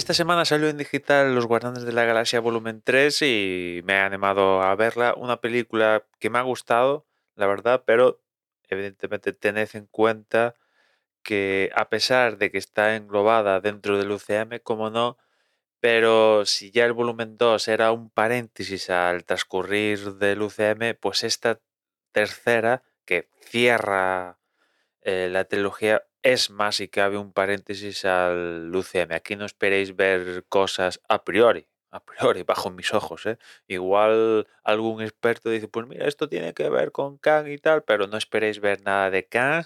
Esta semana salió en digital Los Guardianes de la Galaxia Volumen 3 y me ha animado a verla. Una película que me ha gustado, la verdad, pero evidentemente tened en cuenta que a pesar de que está englobada dentro del UCM, como no, pero si ya el volumen 2 era un paréntesis al transcurrir del UCM, pues esta tercera, que cierra la trilogía, es más si cabe un paréntesis al UCM. Aquí no esperéis ver cosas a priori, bajo mis ojos, ¿eh? Igual algún experto dice, pues mira, esto tiene que ver con Kang y tal, pero no esperéis ver nada de Kang,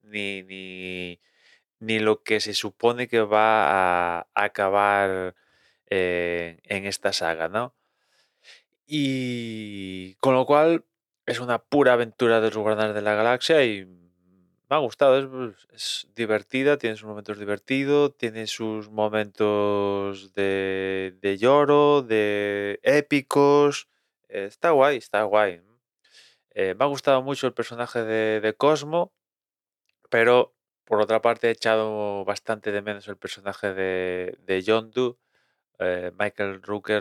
ni lo que se supone que va a acabar en esta saga, ¿no? Y con lo cual es una pura aventura de los Guardianes de la Galaxia y me ha gustado, es divertida, tiene sus momentos divertidos, tiene sus momentos de lloro, de épicos, está guay, está guay. Me ha gustado mucho el personaje de Cosmo, pero por otra parte he echado bastante de menos el personaje de Yondu. Michael Rooker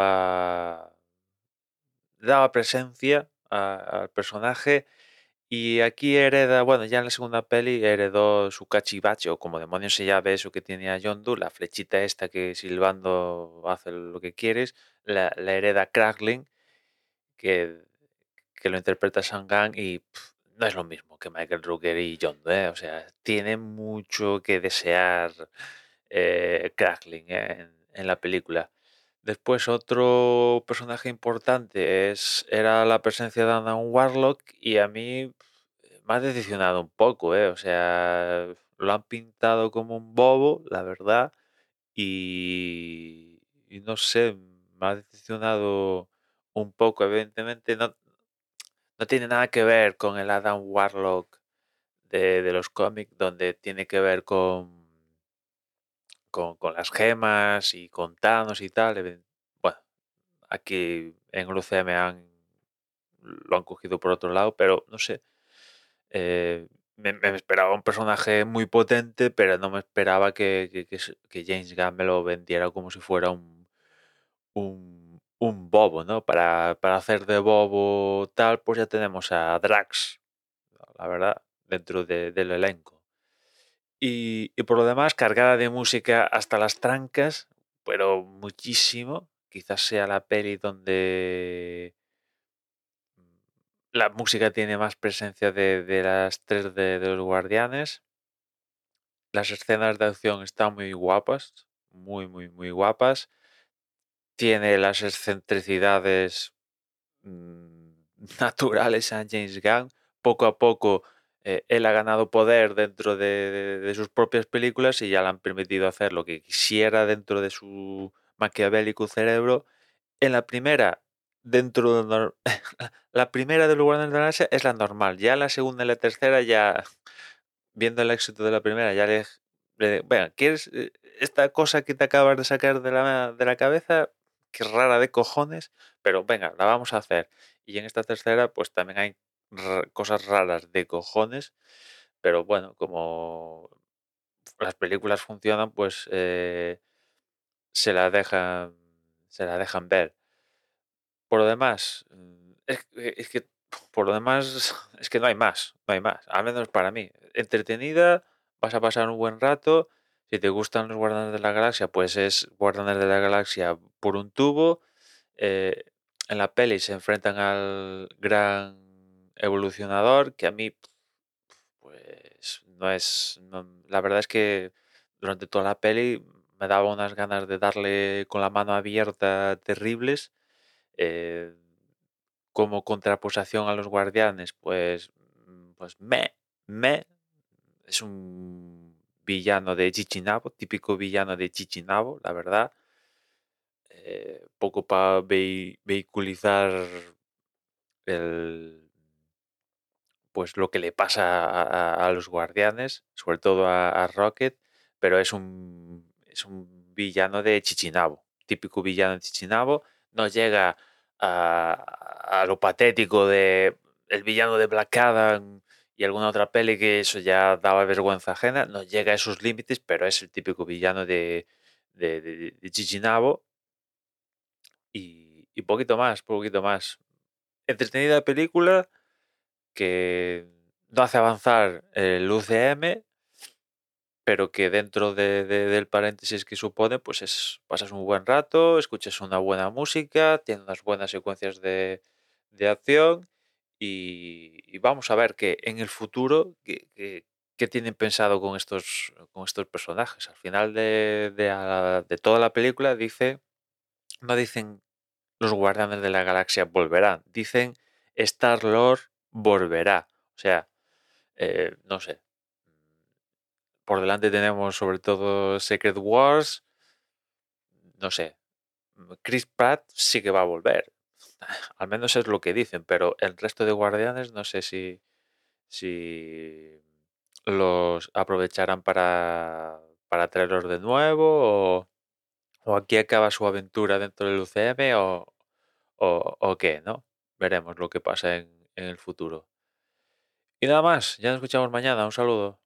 le daba presencia al personaje y aquí hereda, bueno, ya en la segunda peli heredó su cachivache o como demonios se llame eso que tenía Yondu, la flechita esta que silbando hace lo que quieres, la hereda Kraglin, que, que lo interpreta Sangan y no es lo mismo que Michael Rooker y Yondu, ¿eh? O sea, tiene mucho que desear Kraglin, en la película. Después otro personaje importante era la presencia de Adam Warlock y a mí me ha decepcionado un poco, ¿eh? O sea, lo han pintado como un bobo, la verdad, y no sé, me ha decepcionado un poco. Evidentemente no tiene nada que ver con el Adam Warlock de los cómics, donde tiene que ver con las gemas y con Thanos y tal. Bueno, aquí en el UCM lo han cogido por otro lado, pero no sé. Me esperaba un personaje muy potente, pero no me esperaba que James Gunn me lo vendiera como si fuera un bobo, ¿no? Para hacer de bobo tal, pues ya tenemos a Drax, la verdad, dentro del elenco. Y por lo demás, cargada de música hasta las trancas, pero muchísimo. Quizás sea la peli donde la música tiene más presencia de las tres de los Guardianes. Las escenas de acción están muy guapas, muy, muy, muy guapas. Tiene las excentricidades mm, naturales a James Gunn. Poco a poco él ha ganado poder dentro de sus propias películas y ya le han permitido hacer lo que quisiera dentro de su maquiavélico cerebro. En la primera, dentro de la primera de los Guardianes de la Galaxia es la normal. Ya la segunda y la tercera ya, viendo el éxito de la primera, ya venga, ¿quieres esta cosa que te acabas de sacar de la cabeza? Qué rara de cojones, pero venga, la vamos a hacer. Y en esta tercera, pues también hay cosas raras de cojones, pero bueno, como las películas funcionan, pues se la dejan, se la dejan ver. Por lo demás, es que por lo demás es que no hay más, no hay más, al menos para mí. Entretenida, vas a pasar un buen rato. Si te gustan los Guardianes de la Galaxia, pues es Guardianes de la Galaxia por un tubo. Eh, en la peli se enfrentan al gran evolucionador, que a mí, pues no es, la verdad es que durante toda la peli me daba unas ganas de darle con la mano abierta terribles. Eh, como contraposición a los guardianes, pues es un villano de Chichinabo, típico villano de Chichinabo, la verdad. Poco para vehiculizar el, pues lo que le pasa a los guardianes, sobre todo a Rocket, pero es un villano de Chichinabo, típico villano de Chichinabo. No llega a lo patético de el villano de Black Adam y alguna otra peli que eso ya daba vergüenza ajena. No llega a esos límites, pero es el típico villano de Gigi Nabo y poquito más, poquito más. Entretenida película que no hace avanzar el UCM, pero que dentro del paréntesis que supone, pues pasas un buen rato, escuchas una buena música, tiene unas buenas secuencias de acción y vamos a ver que en el futuro qué tienen pensado con estos personajes. Al final de toda la película no dicen los Guardianes de la Galaxia volverán, dicen Star-Lord volverá. O sea, no sé. Por delante tenemos sobre todo Secret Wars, no sé. Chris Pratt sí que va a volver. Al menos es lo que dicen, pero el resto de guardianes no sé si los aprovecharán para traerlos de nuevo o aquí acaba su aventura dentro del UCM o qué, ¿no? Veremos lo que pasa en el futuro. Y nada más, ya nos escuchamos mañana. Un saludo.